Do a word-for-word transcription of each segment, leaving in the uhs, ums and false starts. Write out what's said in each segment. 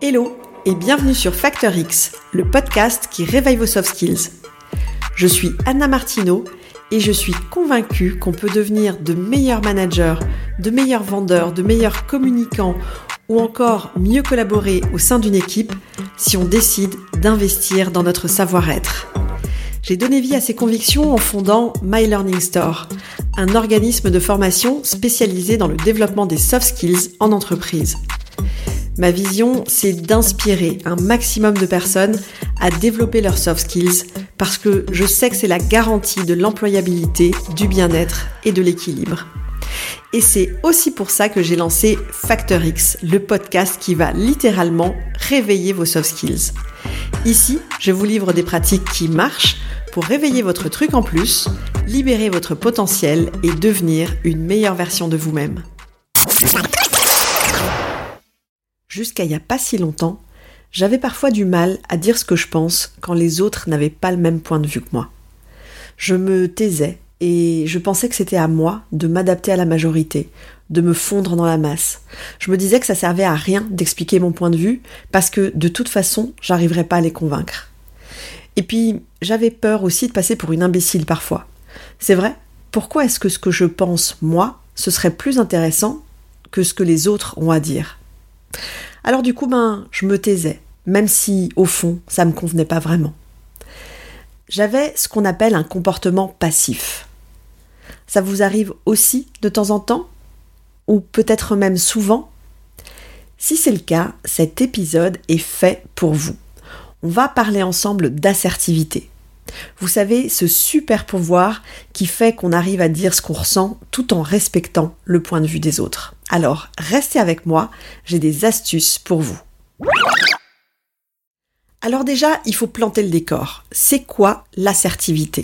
Hello et bienvenue sur Factor X, le podcast qui réveille vos soft skills. Je suis Anna Martineau et je suis convaincue qu'on peut devenir de meilleurs managers, de meilleurs vendeurs, de meilleurs communicants ou encore mieux collaborer au sein d'une équipe si on décide d'investir dans notre savoir-être. J'ai donné vie à ces convictions en fondant My Learning Store, un organisme de formation spécialisé dans le développement des soft skills en entreprise. Ma vision, c'est d'inspirer un maximum de personnes à développer leurs soft skills parce que je sais que c'est la garantie de l'employabilité, du bien-être et de l'équilibre. Et c'est aussi pour ça que j'ai lancé Factor X, le podcast qui va littéralement réveiller vos soft skills. Ici, je vous livre des pratiques qui marchent pour réveiller votre truc en plus, libérer votre potentiel et devenir une meilleure version de vous-même. Jusqu'à il n'y a pas si longtemps, j'avais parfois du mal à dire ce que je pense quand les autres n'avaient pas le même point de vue que moi. Je me taisais et je pensais que c'était à moi de m'adapter à la majorité, de me fondre dans la masse. Je me disais que ça servait à rien d'expliquer mon point de vue parce que de toute façon, j'arriverais pas à les convaincre. Et puis, j'avais peur aussi de passer pour une imbécile parfois. C'est vrai, pourquoi est-ce que ce que je pense, moi, ce serait plus intéressant que ce que les autres ont à dire ? Alors du coup, ben, je me taisais, même si, au fond, ça me convenait pas vraiment. J'avais ce qu'on appelle un comportement passif. Ça vous arrive aussi de temps en temps ? Ou peut-être même souvent ? Si c'est le cas, cet épisode est fait pour vous. On va parler ensemble d'assertivité. Vous savez, ce super pouvoir qui fait qu'on arrive à dire ce qu'on ressent tout en respectant le point de vue des autres. Alors, restez avec moi, j'ai des astuces pour vous. Alors déjà, il faut planter le décor. C'est quoi l'assertivité ?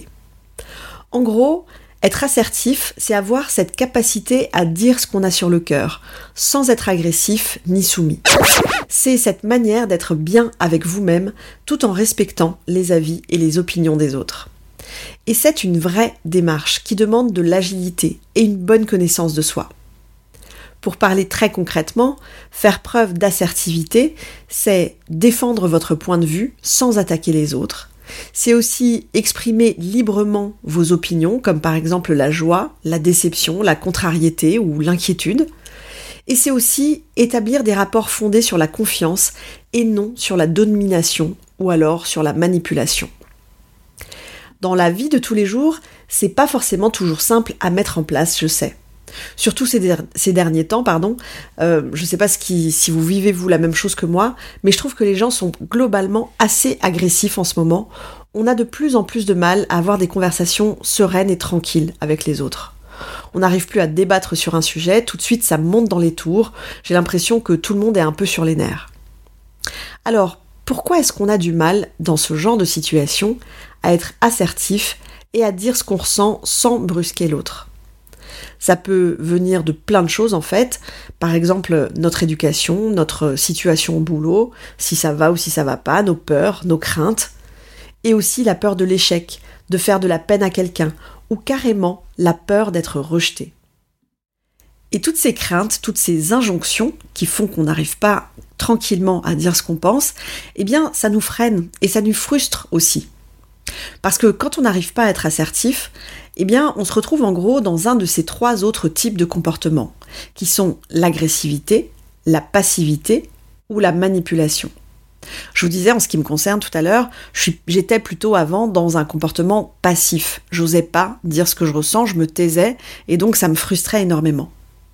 En gros, être assertif, c'est avoir cette capacité à dire ce qu'on a sur le cœur, sans être agressif ni soumis. C'est cette manière d'être bien avec vous-même, tout en respectant les avis et les opinions des autres. Et c'est une vraie démarche qui demande de l'agilité et une bonne connaissance de soi. Pour parler très concrètement, faire preuve d'assertivité, c'est défendre votre point de vue sans attaquer les autres. C'est aussi exprimer librement vos opinions, comme par exemple la joie, la déception, la contrariété ou l'inquiétude. Et c'est aussi établir des rapports fondés sur la confiance et non sur la domination ou alors sur la manipulation. Dans la vie de tous les jours, c'est pas forcément toujours simple à mettre en place, je sais. Surtout ces, der- ces derniers temps, pardon. Euh, je sais pas ce qui, si vous vivez vous la même chose que moi, mais je trouve que les gens sont globalement assez agressifs en ce moment. On a de plus en plus de mal à avoir des conversations sereines et tranquilles avec les autres. On n'arrive plus à débattre sur un sujet, tout de suite ça monte dans les tours, j'ai l'impression que tout le monde est un peu sur les nerfs. Alors, pourquoi est-ce qu'on a du mal, dans ce genre de situation, à être assertif et à dire ce qu'on ressent sans brusquer l'autre ? Ça peut venir de plein de choses en fait, par exemple notre éducation, notre situation au boulot, si ça va ou si ça va pas, nos peurs, nos craintes, et aussi la peur de l'échec, de faire de la peine à quelqu'un, ou carrément la peur d'être rejeté. Et toutes ces craintes, toutes ces injonctions qui font qu'on n'arrive pas tranquillement à dire ce qu'on pense, eh bien ça nous freine et ça nous frustre aussi. Parce que quand on n'arrive pas à être assertif, eh bien on se retrouve en gros dans un de ces trois autres types de comportements, qui sont l'agressivité, la passivité ou la manipulation. Je vous disais en ce qui me concerne tout à l'heure, je suis, j'étais plutôt avant dans un comportement passif. J'osais pas dire ce que je ressens, je me taisais et donc ça me frustrait énormément.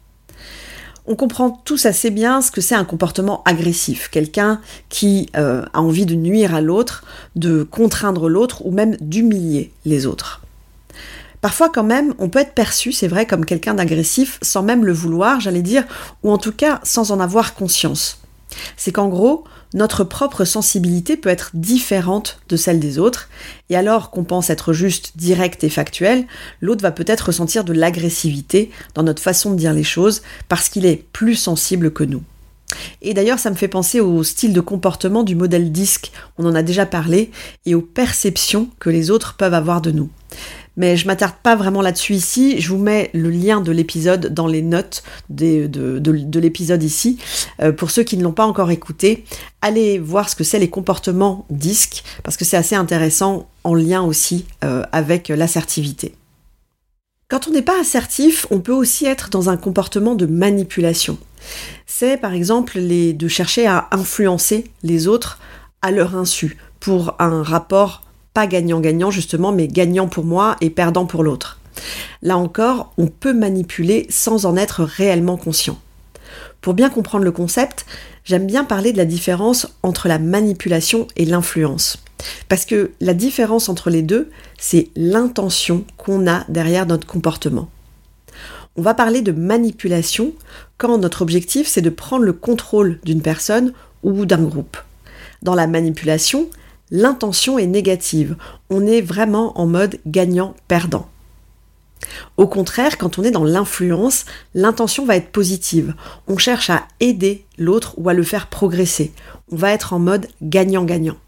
On comprend tous assez bien ce que c'est un comportement agressif, quelqu'un qui euh, a envie de nuire à l'autre, de contraindre l'autre ou même d'humilier les autres. Parfois quand même, on peut être perçu, c'est vrai, comme quelqu'un d'agressif sans même le vouloir, j'allais dire, ou en tout cas sans en avoir conscience. C'est qu'en gros, notre propre sensibilité peut être différente de celle des autres, et alors qu'on pense être juste direct et factuel, l'autre va peut-être ressentir de l'agressivité dans notre façon de dire les choses, parce qu'il est plus sensible que nous. Et d'ailleurs, ça me fait penser au style de comportement du modèle DISC, on en a déjà parlé, et aux perceptions que les autres peuvent avoir de nous. mais je m'attarde pas vraiment là-dessus ici. Je vous mets le lien de l'épisode dans les notes de, de, de, de l'épisode ici. Euh, pour ceux qui ne l'ont pas encore écouté, allez voir ce que c'est les comportements D I S C, parce que c'est assez intéressant en lien aussi euh, avec l'assertivité. Quand on n'est pas assertif, on peut aussi être dans un comportement de manipulation. C'est par exemple les, de chercher à influencer les autres à leur insu, pour un rapport pas gagnant-gagnant justement, mais gagnant pour moi et perdant pour l'autre. Là encore, on peut manipuler sans en être réellement conscient. Pour bien comprendre le concept, j'aime bien parler de la différence entre la manipulation et l'influence. Parce que la différence entre les deux, c'est l'intention qu'on a derrière notre comportement. On va parler de manipulation quand notre objectif, c'est de prendre le contrôle d'une personne ou d'un groupe. Dans la manipulation, l'intention est négative. On est vraiment en mode gagnant-perdant. Au contraire, quand on est dans l'influence, l'intention va être positive. On cherche à aider l'autre ou à le faire progresser. On va être en mode gagnant-gagnant.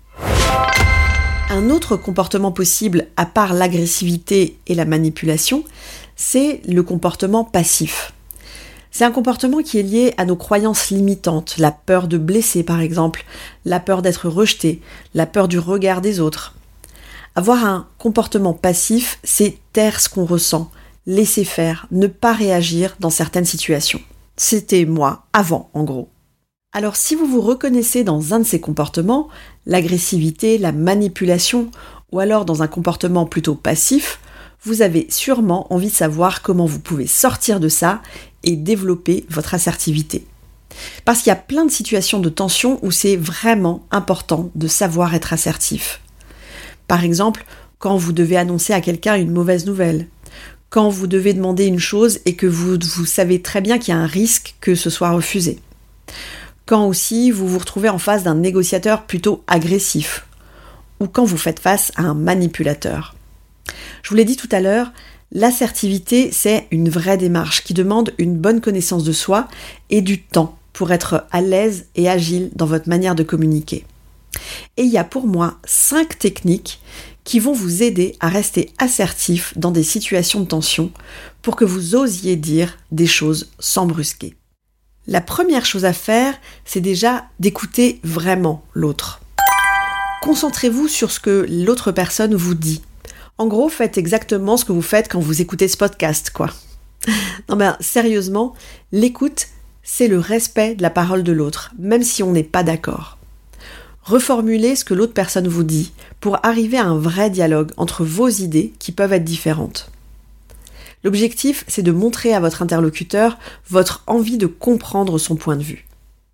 Un autre comportement possible, à part l'agressivité et la manipulation, c'est le comportement passif. C'est un comportement qui est lié à nos croyances limitantes, la peur de blesser par exemple, la peur d'être rejeté, la peur du regard des autres. Avoir un comportement passif, c'est taire ce qu'on ressent, laisser faire, ne pas réagir dans certaines situations. C'était moi, avant en gros. Alors si vous vous reconnaissez dans un de ces comportements, l'agressivité, la manipulation, ou alors dans un comportement plutôt passif, vous avez sûrement envie de savoir comment vous pouvez sortir de ça et développer votre assertivité. Parce qu'il y a plein de situations de tension où c'est vraiment important de savoir être assertif. Par exemple, quand vous devez annoncer à quelqu'un une mauvaise nouvelle, quand vous devez demander une chose et que vous, vous savez très bien qu'il y a un risque que ce soit refusé. Quand aussi vous vous retrouvez en face d'un négociateur plutôt agressif, ou quand vous faites face à un manipulateur. Je vous l'ai dit tout à l'heure, l'assertivité, c'est une vraie démarche qui demande une bonne connaissance de soi et du temps pour être à l'aise et agile dans votre manière de communiquer. Et il y a pour moi cinq techniques qui vont vous aider à rester assertif dans des situations de tension pour que vous osiez dire des choses sans brusquer. La première chose à faire, c'est déjà d'écouter vraiment l'autre. Concentrez-vous sur ce que l'autre personne vous dit. En gros, faites exactement ce que vous faites quand vous écoutez ce podcast, quoi. Non mais sérieusement, l'écoute, c'est le respect de la parole de l'autre, même si on n'est pas d'accord. Reformulez ce que l'autre personne vous dit pour arriver à un vrai dialogue entre vos idées qui peuvent être différentes. L'objectif, c'est de montrer à votre interlocuteur votre envie de comprendre son point de vue.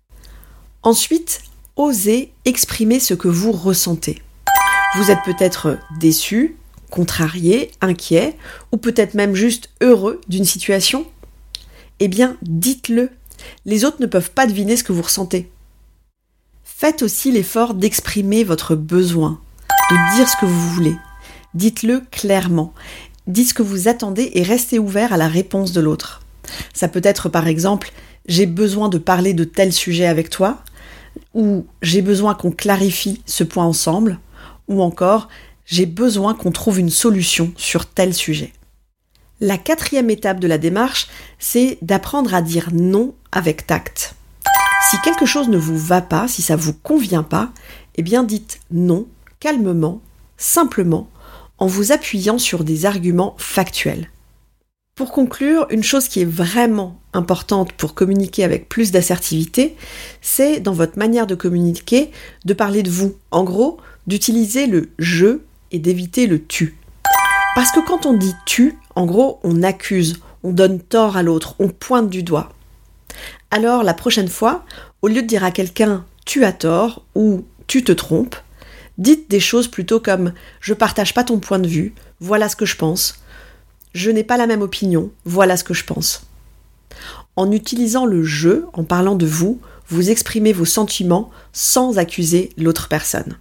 Ensuite, osez exprimer ce que vous ressentez. Vous êtes peut-être déçu, contrarié, inquiet, ou peut-être même juste heureux d'une situation. Eh bien, dites-le. Les autres ne peuvent pas deviner ce que vous ressentez. Faites aussi l'effort d'exprimer votre besoin, de dire ce que vous voulez. Dites-le clairement. Dites ce que vous attendez et restez ouvert à la réponse de l'autre. Ça peut être par exemple « j'ai besoin de parler de tel sujet avec toi » ou « j'ai besoin qu'on clarifie ce point ensemble » ou encore « j'ai besoin qu'on trouve une solution sur tel sujet ». La quatrième étape de la démarche, c'est d'apprendre à dire non avec tact. Si quelque chose ne vous va pas, si ça ne vous convient pas, eh bien dites non, calmement, simplement, en vous appuyant sur des arguments factuels. Pour conclure, une chose qui est vraiment importante pour communiquer avec plus d'assertivité, c'est dans votre manière de communiquer, de parler de vous. En gros, d'utiliser le « je » et d'éviter le « tu ». Parce que quand on dit « tu », en gros, on accuse, on donne tort à l'autre, on pointe du doigt. Alors, la prochaine fois, au lieu de dire à quelqu'un « tu as tort » ou « tu te trompes », dites des choses plutôt comme « je partage pas ton point de vue, voilà ce que je pense », « je n'ai pas la même opinion, voilà ce que je pense ». En utilisant le « je », en parlant de vous, vous exprimez vos sentiments sans accuser l'autre personne.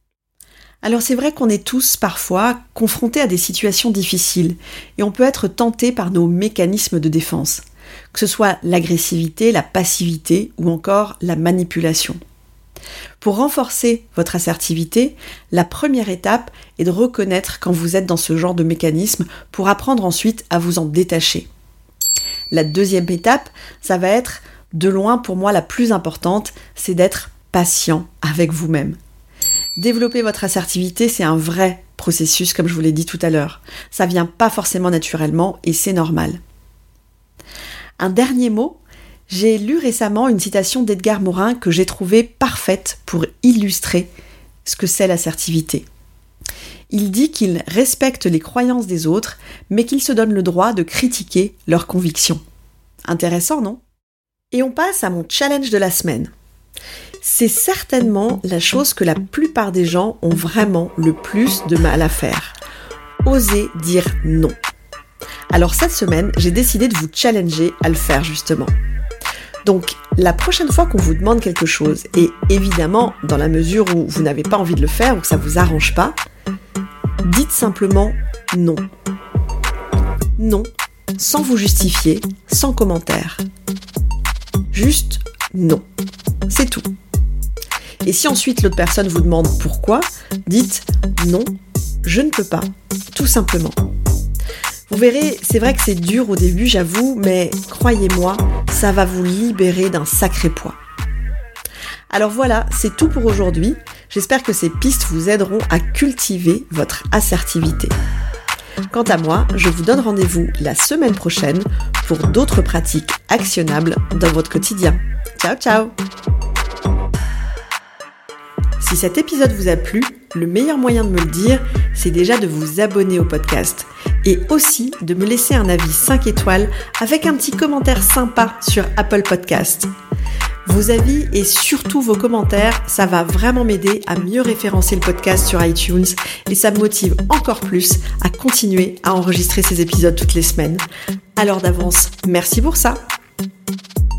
Alors c'est vrai qu'on est tous parfois confrontés à des situations difficiles et on peut être tenté par nos mécanismes de défense, que ce soit l'agressivité, la passivité ou encore la manipulation. Pour renforcer votre assertivité, la première étape est de reconnaître quand vous êtes dans ce genre de mécanisme pour apprendre ensuite à vous en détacher. La deuxième étape, ça va être, de loin pour moi la plus importante, c'est d'être patient avec vous-même. Développer votre assertivité, c'est un vrai processus, comme je vous l'ai dit tout à l'heure. Ça vient pas forcément naturellement et c'est normal. Un dernier mot, j'ai lu récemment une citation d'Edgar Morin que j'ai trouvée parfaite pour illustrer ce que c'est l'assertivité. Il dit qu'il respecte les croyances des autres, mais qu'il se donne le droit de critiquer leurs convictions. Intéressant, non ? Et on passe à mon challenge de la semaine. C'est certainement la chose que la plupart des gens ont vraiment le plus de mal à faire. Oser dire non. Alors cette semaine, j'ai décidé de vous challenger à le faire justement. Donc, la prochaine fois qu'on vous demande quelque chose, et évidemment, dans la mesure où vous n'avez pas envie de le faire ou que ça ne vous arrange pas, dites simplement non. Non, sans vous justifier, sans commentaire. Juste non. C'est tout. Et si ensuite l'autre personne vous demande pourquoi, dites non, je ne peux pas, tout simplement. Vous verrez, c'est vrai que c'est dur au début, j'avoue, mais croyez-moi, ça va vous libérer d'un sacré poids. Alors voilà, c'est tout pour aujourd'hui. J'espère que ces pistes vous aideront à cultiver votre assertivité. Quant à moi, je vous donne rendez-vous la semaine prochaine pour d'autres pratiques actionnables dans votre quotidien. Ciao, ciao! Si cet épisode vous a plu, le meilleur moyen de me le dire, c'est déjà de vous abonner au podcast et aussi de me laisser un avis cinq étoiles avec un petit commentaire sympa sur Apple Podcast. Vos avis et surtout vos commentaires, ça va vraiment m'aider à mieux référencer le podcast sur iTunes et ça me motive encore plus à continuer à enregistrer ces épisodes toutes les semaines. Alors d'avance, merci pour ça!